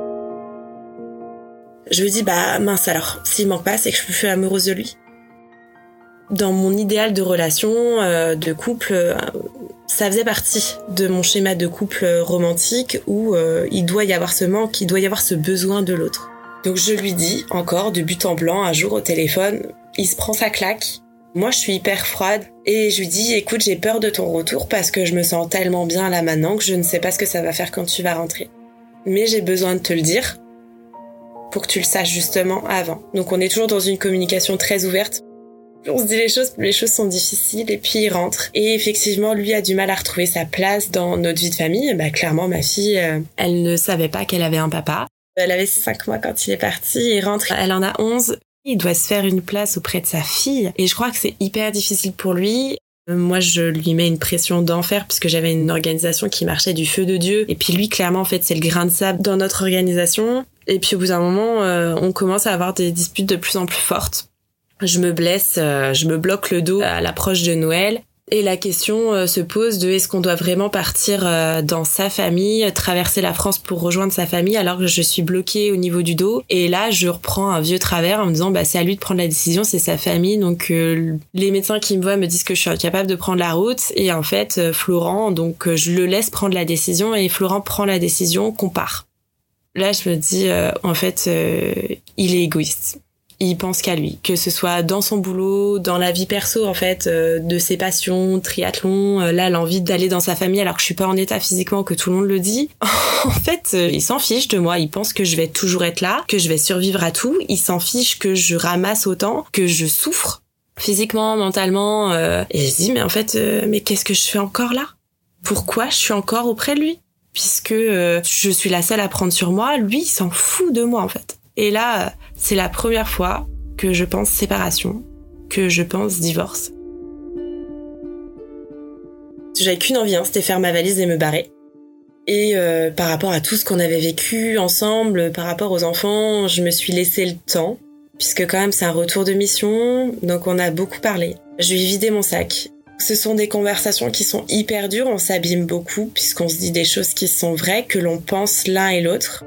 S3: Je me dis, mince alors, s'il manque pas, c'est que je suis plus amoureuse de lui. Dans mon idéal de relation, de couple, ça faisait partie de mon schéma de couple romantique où il doit y avoir ce manque, il doit y avoir ce besoin de l'autre. Donc je lui dis, encore, de but en blanc, un jour au téléphone, il se prend sa claque, Moi, je suis hyper froide et je lui dis, écoute, j'ai peur de ton retour parce que je me sens tellement bien là maintenant que je ne sais pas ce que ça va faire quand tu vas rentrer. Mais j'ai besoin de te le dire pour que tu le saches justement avant. Donc on est toujours dans une communication très ouverte. On se dit les choses sont difficiles et puis il rentre. Et effectivement, lui a du mal à retrouver sa place dans notre vie de famille. Clairement, ma fille, elle ne savait pas qu'elle avait un papa. Elle avait 5 mois quand il est parti, il rentre, elle en a 11. Il doit se faire une place auprès de sa fille. Et je crois que c'est hyper difficile pour lui. Moi, je lui mets une pression d'enfer puisque j'avais une organisation qui marchait du feu de Dieu. Et puis lui, clairement, en fait, c'est le grain de sable dans notre organisation. Et puis au bout d'un moment, on commence à avoir des disputes de plus en plus fortes. Je me blesse, je me bloque le dos à l'approche de Noël. Et la question se pose de est-ce qu'on doit vraiment partir dans sa famille, traverser la France pour rejoindre sa famille alors que je suis bloquée au niveau du dos. Et là, je reprends un vieux travers en me disant c'est à lui de prendre la décision, c'est sa famille. Donc les médecins qui me voient me disent que je suis incapable de prendre la route. Et en fait, Florent, donc je le laisse prendre la décision et Florent prend la décision qu'on part. Là, je me dis il est égoïste. Il pense qu'à lui, que ce soit dans son boulot, dans la vie perso en fait, de ses passions, triathlon, là l'envie d'aller dans sa famille alors que je suis pas en état physiquement, que tout le monde le dit. En fait, il s'en fiche de moi, il pense que je vais toujours être là, que je vais survivre à tout, il s'en fiche que je ramasse autant, que je souffre physiquement, mentalement, et je dis mais en fait, mais qu'est-ce que je fais encore là ? Pourquoi je suis encore auprès de lui ? Puisque je suis la seule à prendre sur moi, lui il s'en fout de moi en fait. Et là, c'est la première fois que je pense séparation, que je pense divorce. J'avais qu'une envie, c'était faire ma valise et me barrer. Et par rapport à tout ce qu'on avait vécu ensemble, par rapport aux enfants, je me suis laissé le temps, puisque quand même c'est un retour de mission, donc on a beaucoup parlé. Je lui ai vidé mon sac. Ce sont des conversations qui sont hyper dures, on s'abîme beaucoup, puisqu'on se dit des choses qui sont vraies, que l'on pense l'un et l'autre.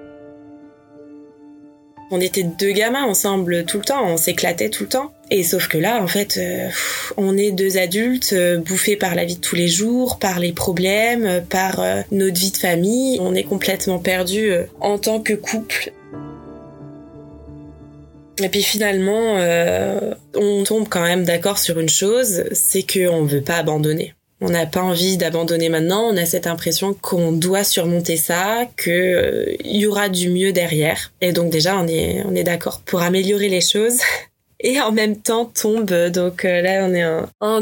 S3: On était 2 gamins ensemble tout le temps, on s'éclatait tout le temps. Et sauf que là, en fait, on est 2 adultes bouffés par la vie de tous les jours, par les problèmes, par notre vie de famille. On est complètement perdus en tant que couple. Et puis finalement, on tombe quand même d'accord sur une chose, c'est qu'on veut pas abandonner. On n'a pas envie d'abandonner maintenant, on a cette impression qu'on doit surmonter ça, que y aura du mieux derrière. Et donc déjà, on est d'accord pour améliorer les choses. Et en même temps tombe, donc là on est en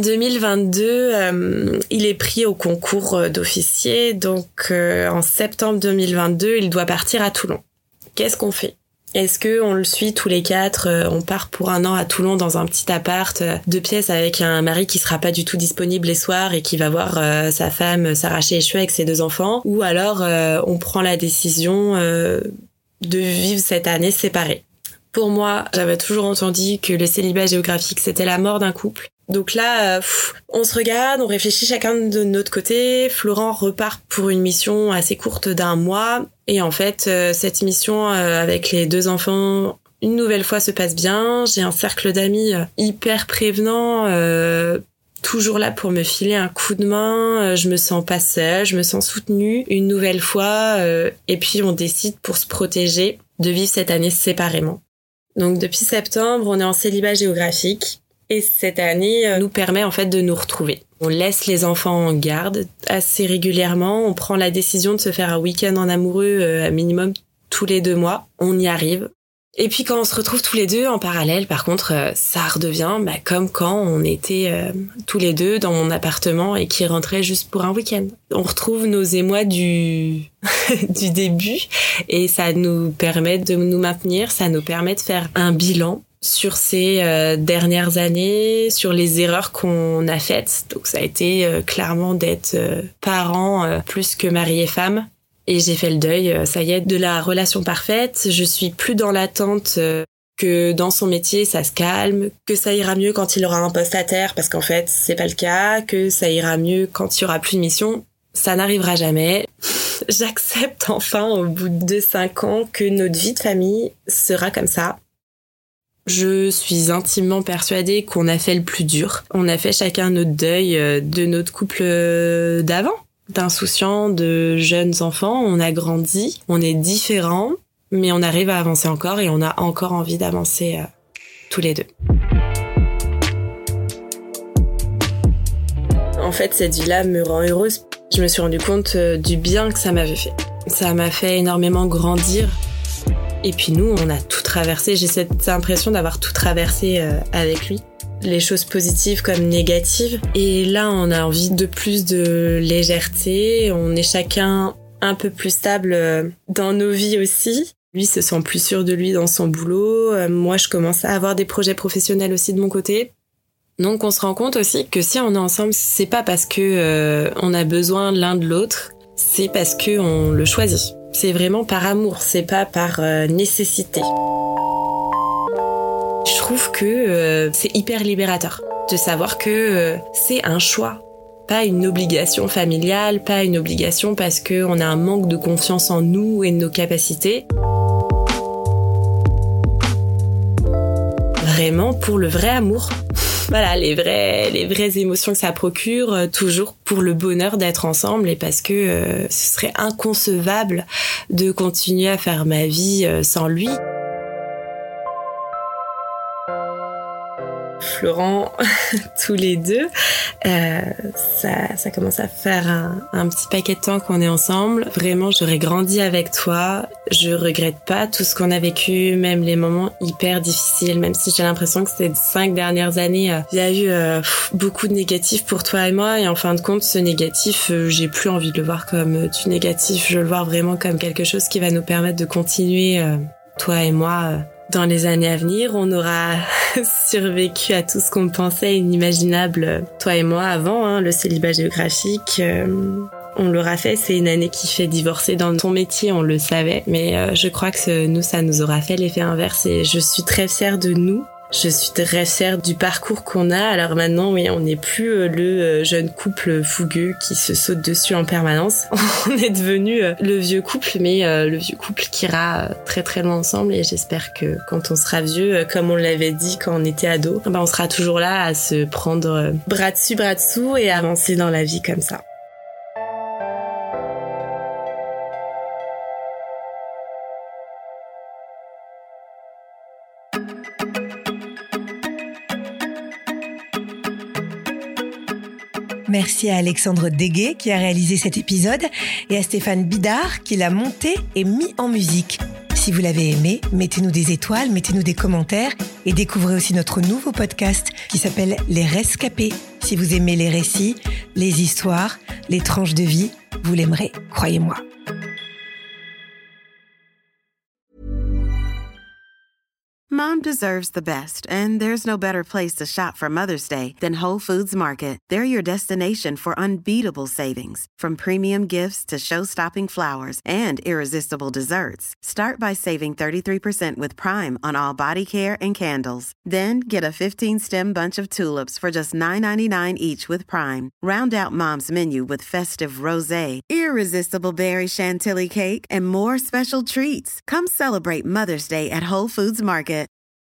S3: 2022, il est pris au concours d'officier, donc en septembre 2022, il doit partir à Toulon. Qu'est-ce qu'on fait ? Est-ce que on le suit tous les 4, on part pour 1 an à Toulon dans un petit appart, 2 pièces avec un mari qui sera pas du tout disponible les soirs et qui va voir sa femme s'arracher les cheveux avec ses 2 enfants, ou alors on prend la décision de vivre cette année séparée. Pour moi, j'avais toujours entendu que le célibat géographique c'était la mort d'un couple. Donc là, on se regarde, on réfléchit chacun de notre côté. Florent repart pour une mission assez courte d'1 mois. Et en fait, cette mission avec les 2 enfants, une nouvelle fois se passe bien. J'ai un cercle d'amis hyper prévenant, toujours là pour me filer un coup de main. Je me sens pas seule, je me sens soutenue une nouvelle fois. Et puis on décide pour se protéger de vivre cette année séparément. Donc depuis septembre, on est en célibat géographique. Et cette année nous permet en fait de nous retrouver. On laisse les enfants en garde assez régulièrement. On prend la décision de se faire un week-end en amoureux à minimum tous les 2 mois. On y arrive. Et puis quand on se retrouve tous les 2 en parallèle, par contre, ça redevient comme quand on était tous les 2 dans mon appartement et qui rentrait juste pour un week-end. On retrouve nos émois du début et ça nous permet de nous maintenir, ça nous permet de faire un bilan sur ces dernières années, sur les erreurs qu'on a faites. Donc ça a été clairement d'être parent plus que mari et femme. Et j'ai fait le deuil, ça y est, de la relation parfaite. Je suis plus dans l'attente que dans son métier, ça se calme, que ça ira mieux quand il aura un poste à terre, parce qu'en fait, c'est pas le cas, que ça ira mieux quand il y aura plus de mission. Ça n'arrivera jamais. J'accepte enfin, au bout de 5 ans, que notre vie de famille sera comme ça. Je suis intimement persuadée qu'on a fait le plus dur. On a fait chacun notre deuil de notre couple d'avant. D'insouciants, de jeunes enfants, on a grandi, on est différents, mais on arrive à avancer encore et on a encore envie d'avancer tous les 2. En fait, cette vie-là me rend heureuse. Je me suis rendu compte du bien que ça m'avait fait. Ça m'a fait énormément grandir. Et puis nous, on a tout traversé. J'ai cette impression d'avoir tout traversé avec lui. Les choses positives comme négatives. Et là, on a envie de plus de légèreté. On est chacun un peu plus stable dans nos vies aussi. Lui se sent plus sûr de lui dans son boulot. Moi, je commence à avoir des projets professionnels aussi de mon côté. Donc, on se rend compte aussi que si on est ensemble, c'est pas parce que on a besoin l'un de l'autre, c'est parce que on le choisit. C'est vraiment par amour, c'est pas par nécessité. Je trouve que c'est hyper libérateur de savoir que c'est un choix. Pas une obligation familiale, pas une obligation parce qu'on a un manque de confiance en nous et nos capacités. Vraiment pour le vrai amour. Voilà, les vraies émotions que ça procure, toujours pour le bonheur d'être ensemble et parce que ce serait inconcevable de continuer à faire ma vie sans lui. Florent, tous les deux, ça commence à faire un petit paquet de temps qu'on est ensemble. Vraiment, j'aurais grandi avec toi. Je regrette pas tout ce qu'on a vécu, même les moments hyper difficiles, même si j'ai l'impression que ces 5 dernières années, il y a eu beaucoup de négatifs pour toi et moi. Et en fin de compte, ce négatif, j'ai plus envie de le voir comme du négatif. Je le vois vraiment comme quelque chose qui va nous permettre de continuer, toi et moi, dans les années à venir. On aura survécu à tout ce qu'on pensait inimaginable, toi et moi, avant, le célibat géographique. On l'aura fait, c'est une année qui fait divorcer dans ton métier, on le savait. Mais je crois que nous, ça nous aura fait l'effet inverse et je suis très fière de nous. Je suis très fière du parcours qu'on a. Alors maintenant, oui, on n'est plus le jeune couple fougueux qui se saute dessus en permanence. On est devenu le vieux couple, mais le vieux couple qui ira très très loin ensemble. Et j'espère que quand on sera vieux, comme on l'avait dit quand on était ado, on sera toujours là à se prendre bras dessus, bras dessous et avancer dans la vie comme ça.
S2: Merci à Alexandre Deguet qui a réalisé cet épisode et à Stéphane Bidard qui l'a monté et mis en musique. Si vous l'avez aimé, mettez-nous des étoiles, mettez-nous des commentaires et découvrez aussi notre nouveau podcast qui s'appelle Les Rescapés. Si vous aimez les récits, les histoires, les tranches de vie, vous l'aimerez, croyez-moi.
S4: Mom deserves the best, and there's no better place to shop for Mother's Day than Whole Foods Market. They're your destination for unbeatable savings, from premium gifts to show-stopping flowers and irresistible desserts. Start by saving 33% with Prime on all body care and candles. Then get a 15-stem bunch of tulips for just $9.99 each with Prime. Round out Mom's menu with festive rosé, irresistible berry chantilly cake, and more special treats. Come celebrate Mother's Day at Whole Foods Market.